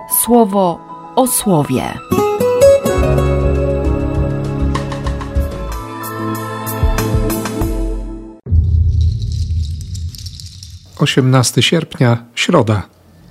Słowo o słowie. 18 sierpnia, środa.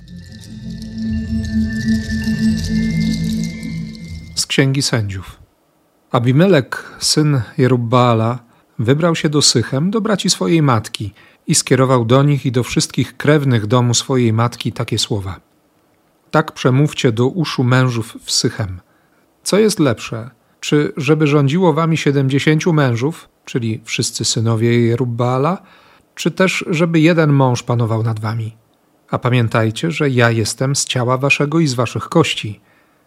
Z Księgi Sędziów. Abimelek, syn Jerubbaala, wybrał się do Sychem, do braci swojej matki i skierował do nich i do wszystkich krewnych domu swojej matki takie słowa. Tak przemówcie do uszu mężów w Sychem. Co jest lepsze? Czy żeby rządziło wami 70 mężów, czyli wszyscy synowie Jerubbaala, czy też żeby jeden mąż panował nad wami? A pamiętajcie, że ja jestem z ciała waszego i z waszych kości.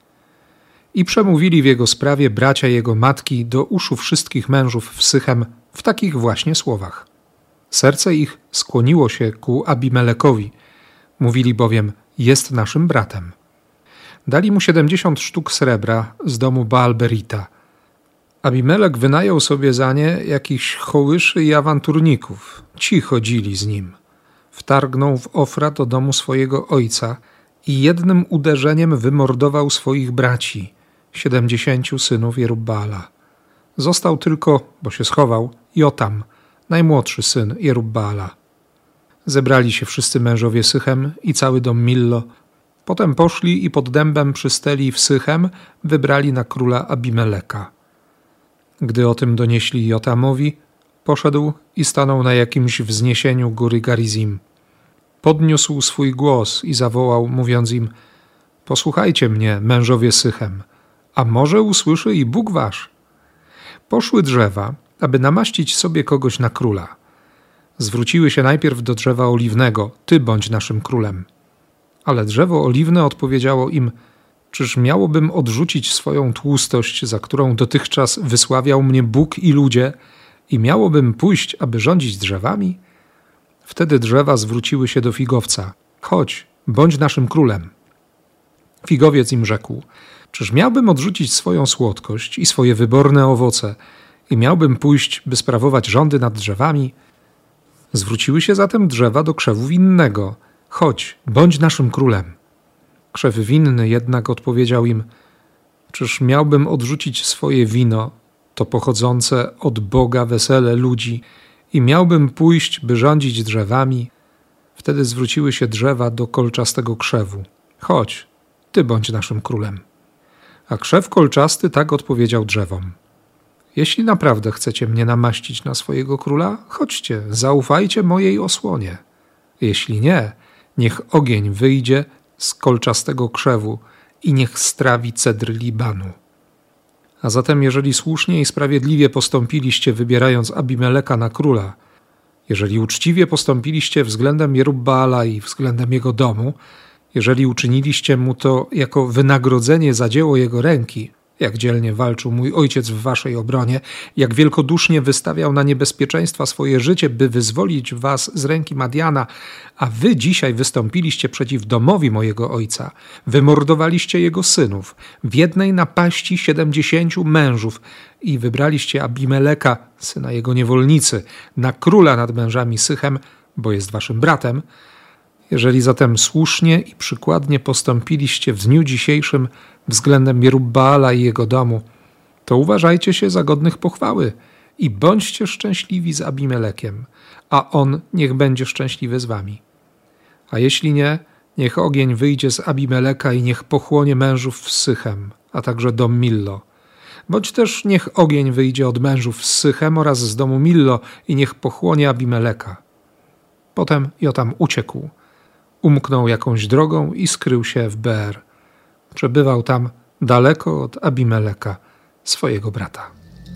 I przemówili w jego sprawie bracia jego matki do uszu wszystkich mężów w Sychem w takich właśnie słowach. Serce ich skłoniło się ku Abimelekowi. Mówili bowiem, jest naszym bratem. Dali mu 70 sztuk srebra z domu Baal-Berita. Abimelek wynajął sobie za nie jakichś chołyszy i awanturników. Ci chodzili z nim. Wtargnął w Ofra do domu swojego ojca i jednym uderzeniem wymordował swoich braci, 70 synów Jerubbaala. Został tylko, bo się schował, Jotam, najmłodszy syn Jerubbaala. Zebrali się wszyscy mężowie Sychem i cały dom Millo. Potem poszli i pod dębem przy Steli w Sychem wybrali na króla Abimeleka. Gdy o tym donieśli Jotamowi, poszedł i stanął na jakimś wzniesieniu góry Garizim. Podniósł swój głos i zawołał, mówiąc im: posłuchajcie mnie, mężowie Sychem, a może usłyszy i Bóg wasz. Poszły drzewa, aby namaścić sobie kogoś na króla. Zwróciły się najpierw do drzewa oliwnego: ty bądź naszym królem. Ale drzewo oliwne odpowiedziało im: czyż miałobym odrzucić swoją tłustość, za którą dotychczas wysławiał mnie Bóg i ludzie, i miałobym pójść, aby rządzić drzewami? Wtedy drzewa zwróciły się do figowca: chodź, bądź naszym królem. Figowiec im rzekł: czyż miałbym odrzucić swoją słodkość i swoje wyborne owoce i miałbym pójść, by sprawować rządy nad drzewami? Zwróciły się zatem drzewa do krzewu winnego: chodź, bądź naszym królem. Krzew winny jednak odpowiedział im: czyż miałbym odrzucić swoje wino, to pochodzące od Boga wesele ludzi, i miałbym pójść, by rządzić drzewami? Wtedy zwróciły się drzewa do kolczastego krzewu: chodź, ty bądź naszym królem. A krzew kolczasty tak odpowiedział drzewom: jeśli naprawdę chcecie mnie namaścić na swojego króla, chodźcie, zaufajcie mojej osłonie. Jeśli nie, niech ogień wyjdzie z kolczastego krzewu i niech strawi cedr Libanu. A zatem, jeżeli słusznie i sprawiedliwie postąpiliście, wybierając Abimeleka na króla, jeżeli uczciwie postąpiliście względem Jerubbaala i względem jego domu, jeżeli uczyniliście mu to jako wynagrodzenie za dzieło jego ręki, jak dzielnie walczył mój ojciec w waszej obronie, jak wielkodusznie wystawiał na niebezpieczeństwa swoje życie, by wyzwolić was z ręki Madiana, a wy dzisiaj wystąpiliście przeciw domowi mojego ojca, wymordowaliście jego synów, w jednej napaści 70 mężów i wybraliście Abimeleka, syna jego niewolnicy, na króla nad mężami Sychem, bo jest waszym bratem. Jeżeli zatem słusznie i przykładnie postąpiliście w dniu dzisiejszym względem Jerubbaala i jego domu, to uważajcie się za godnych pochwały i bądźcie szczęśliwi z Abimelekiem, a on niech będzie szczęśliwy z wami. A jeśli nie, niech ogień wyjdzie z Abimeleka i niech pochłonie mężów w Sychem, a także dom Millo. Bądź też niech ogień wyjdzie od mężów z Sychem oraz z domu Millo i niech pochłonie Abimeleka. Potem Jotam uciekł, umknął jakąś drogą i skrył się w Beer. Przebywał tam daleko od Abimeleka, swojego brata.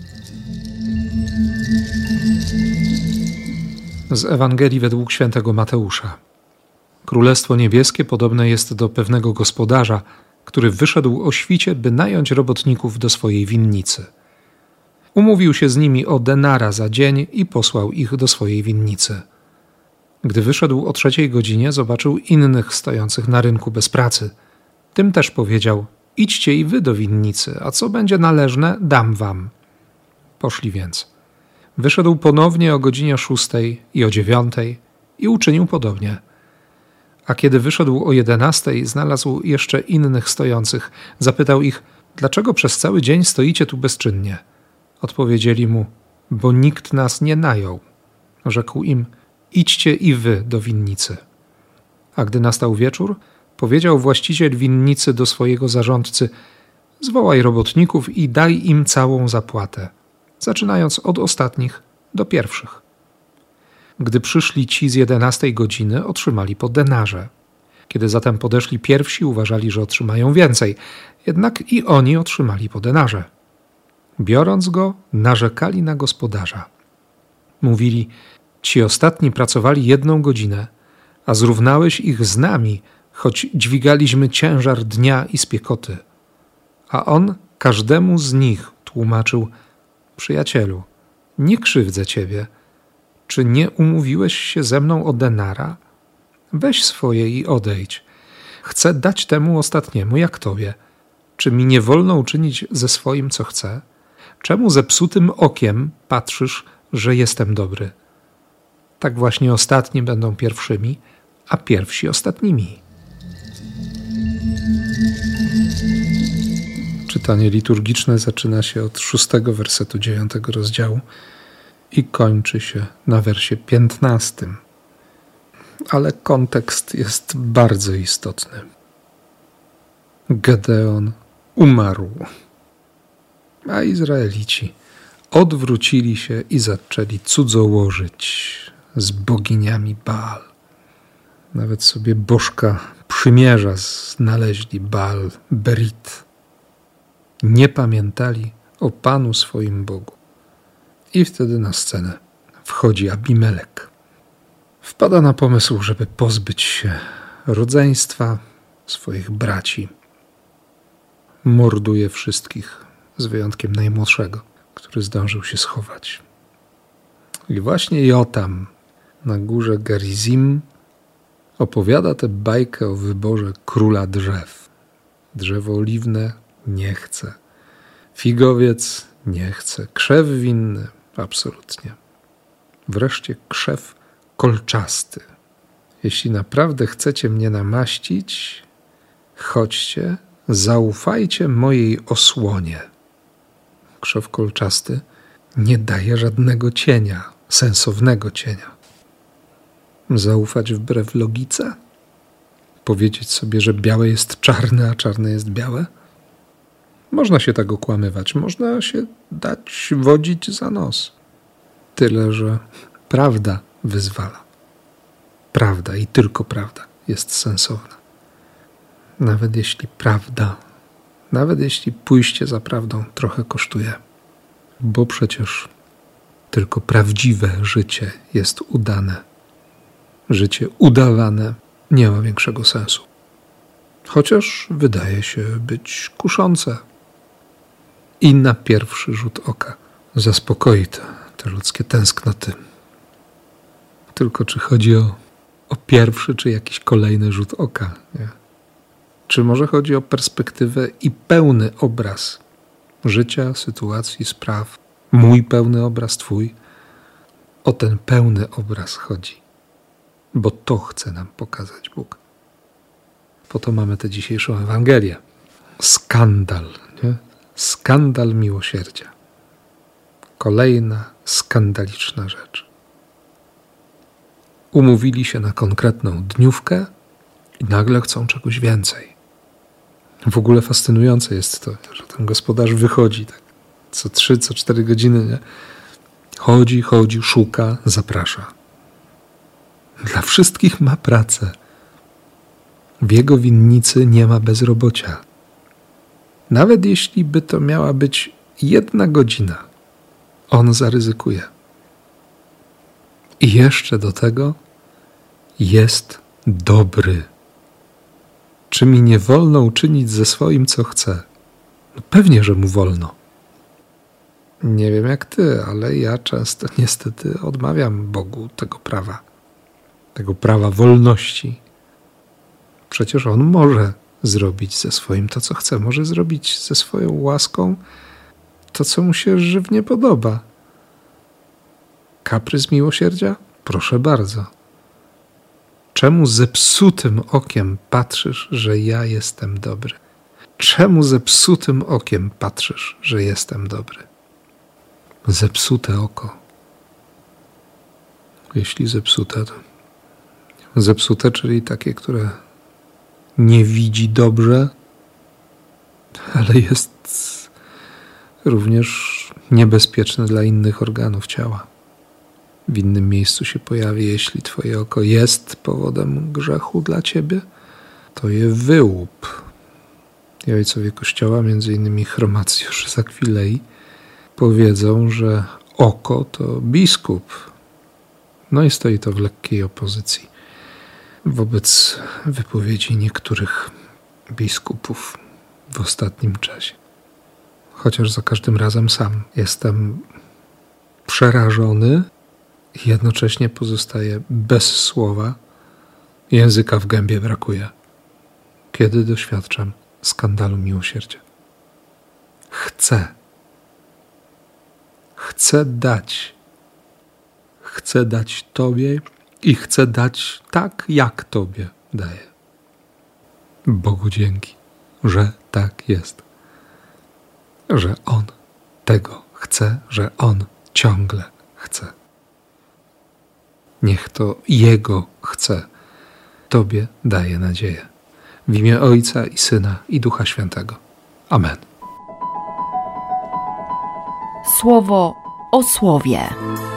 Z Ewangelii według świętego Mateusza. Królestwo niebieskie podobne jest do pewnego gospodarza, który wyszedł o świcie, by nająć robotników do swojej winnicy. Umówił się z nimi o denara za dzień i posłał ich do swojej winnicy. Gdy wyszedł o 3 godzinie, zobaczył innych stojących na rynku bez pracy. Tym też powiedział: idźcie i wy do winnicy, a co będzie należne, dam wam. Poszli więc. Wyszedł ponownie o godzinie 6 i o 9 i uczynił podobnie. A kiedy wyszedł o 11, znalazł jeszcze innych stojących. Zapytał ich: dlaczego przez cały dzień stoicie tu bezczynnie? Odpowiedzieli mu: bo nikt nas nie najął. Rzekł im: idźcie i wy do winnicy. A gdy nastał wieczór, powiedział właściciel winnicy do swojego zarządcy: zwołaj robotników i daj im całą zapłatę, zaczynając od ostatnich do pierwszych. Gdy przyszli ci z 11 godziny, otrzymali po denarze. Kiedy zatem podeszli pierwsi, uważali, że otrzymają więcej, jednak i oni otrzymali po denarze. Biorąc go, narzekali na gospodarza. Mówili: ci ostatni pracowali 1 godzinę, a zrównałeś ich z nami, choć dźwigaliśmy ciężar dnia i spiekoty. A on każdemu z nich tłumaczył: przyjacielu, nie krzywdzę ciebie. Czy nie umówiłeś się ze mną o denara? Weź swoje i odejdź. Chcę dać temu ostatniemu jak tobie. Czy mi nie wolno uczynić ze swoim, co chcę? Czemu zepsutym okiem patrzysz, że jestem dobry? Tak właśnie ostatni będą pierwszymi, a pierwsi ostatnimi. Czytanie liturgiczne zaczyna się od 6 wersetu 9 rozdziału i kończy się na wersie 15. Ale kontekst jest bardzo istotny. Gedeon umarł, a Izraelici odwrócili się i zaczęli cudzołożyć z boginiami Baal. Nawet sobie bożka przymierza znaleźli, Baal Berit. Nie pamiętali o Panu swoim Bogu. I wtedy na scenę wchodzi Abimelek. Wpada na pomysł, żeby pozbyć się rodzeństwa, swoich braci. Morduje wszystkich, z wyjątkiem najmłodszego, który zdążył się schować. I właśnie Jotam na górze Gerizim opowiada tę bajkę o wyborze króla drzew. Drzewo oliwne nie chce, figowiec nie chce, krzew winny absolutnie. Wreszcie krzew kolczasty. Jeśli naprawdę chcecie mnie namaścić, chodźcie, zaufajcie mojej osłonie. Krzew kolczasty nie daje żadnego cienia, sensownego cienia. Zaufać wbrew logice? Powiedzieć sobie, że białe jest czarne, a czarne jest białe? Można się tak okłamywać, można się dać wodzić za nos. Tyle, że prawda wyzwala. Prawda i tylko prawda jest sensowna. Nawet jeśli pójście za prawdą trochę kosztuje. Bo przecież tylko prawdziwe życie jest udane. Życie udawane nie ma większego sensu. Chociaż wydaje się być kuszące. I na pierwszy rzut oka zaspokoi te ludzkie tęsknoty. Tylko czy chodzi o pierwszy, czy jakiś kolejny rzut oka? Nie? Czy może chodzi o perspektywę i pełny obraz życia, sytuacji, spraw? Mój pełny obraz, twój? O ten pełny obraz chodzi. Bo to chce nam pokazać Bóg. Po to mamy tę dzisiejszą Ewangelię. Skandal, nie? Skandal miłosierdzia. Kolejna skandaliczna rzecz. Umówili się na konkretną dniówkę i nagle chcą czegoś więcej. W ogóle fascynujące jest to, że ten gospodarz wychodzi tak co 3, co 4 godziny, nie? Chodzi, szuka, zaprasza. Dla wszystkich ma pracę. W jego winnicy nie ma bezrobocia. Nawet jeśli by to miała być 1 godzina, on zaryzykuje. I jeszcze do tego jest dobry. Czy mi nie wolno uczynić ze swoim, co chcę? No pewnie, że mu wolno. Nie wiem jak ty, ale ja często niestety odmawiam Bogu tego prawa wolności. Przecież On może zrobić ze swoim to, co chce. Może zrobić ze swoją łaską to, co mu się żywnie podoba. Kaprys miłosierdzia? Proszę bardzo. Czemu zepsutym okiem patrzysz, że ja jestem dobry? Czemu zepsutym okiem patrzysz, że jestem dobry? Zepsute oko. Jeśli zepsute, to zepsute, czyli takie, które nie widzi dobrze, ale jest również niebezpieczne dla innych organów ciała. W innym miejscu się pojawi, jeśli twoje oko jest powodem grzechu dla ciebie, to je wyłup. I ojcowie Kościoła, między innymi Chromacjusz z Akwilei, powiedzą, że oko to biskup. No i stoi to w lekkiej opozycji wobec wypowiedzi niektórych biskupów w ostatnim czasie. Chociaż za każdym razem sam jestem przerażony i jednocześnie pozostaję bez słowa. Języka w gębie brakuje, kiedy doświadczam skandalu miłosierdzia. Chcę dać Tobie i chcę dać tak, jak Tobie daję. Bogu dzięki, że tak jest. Że On tego chce, że On ciągle chce. Niech to Jego chce Tobie daje nadzieję. W imię Ojca i Syna i Ducha Świętego. Amen. Słowo o słowie.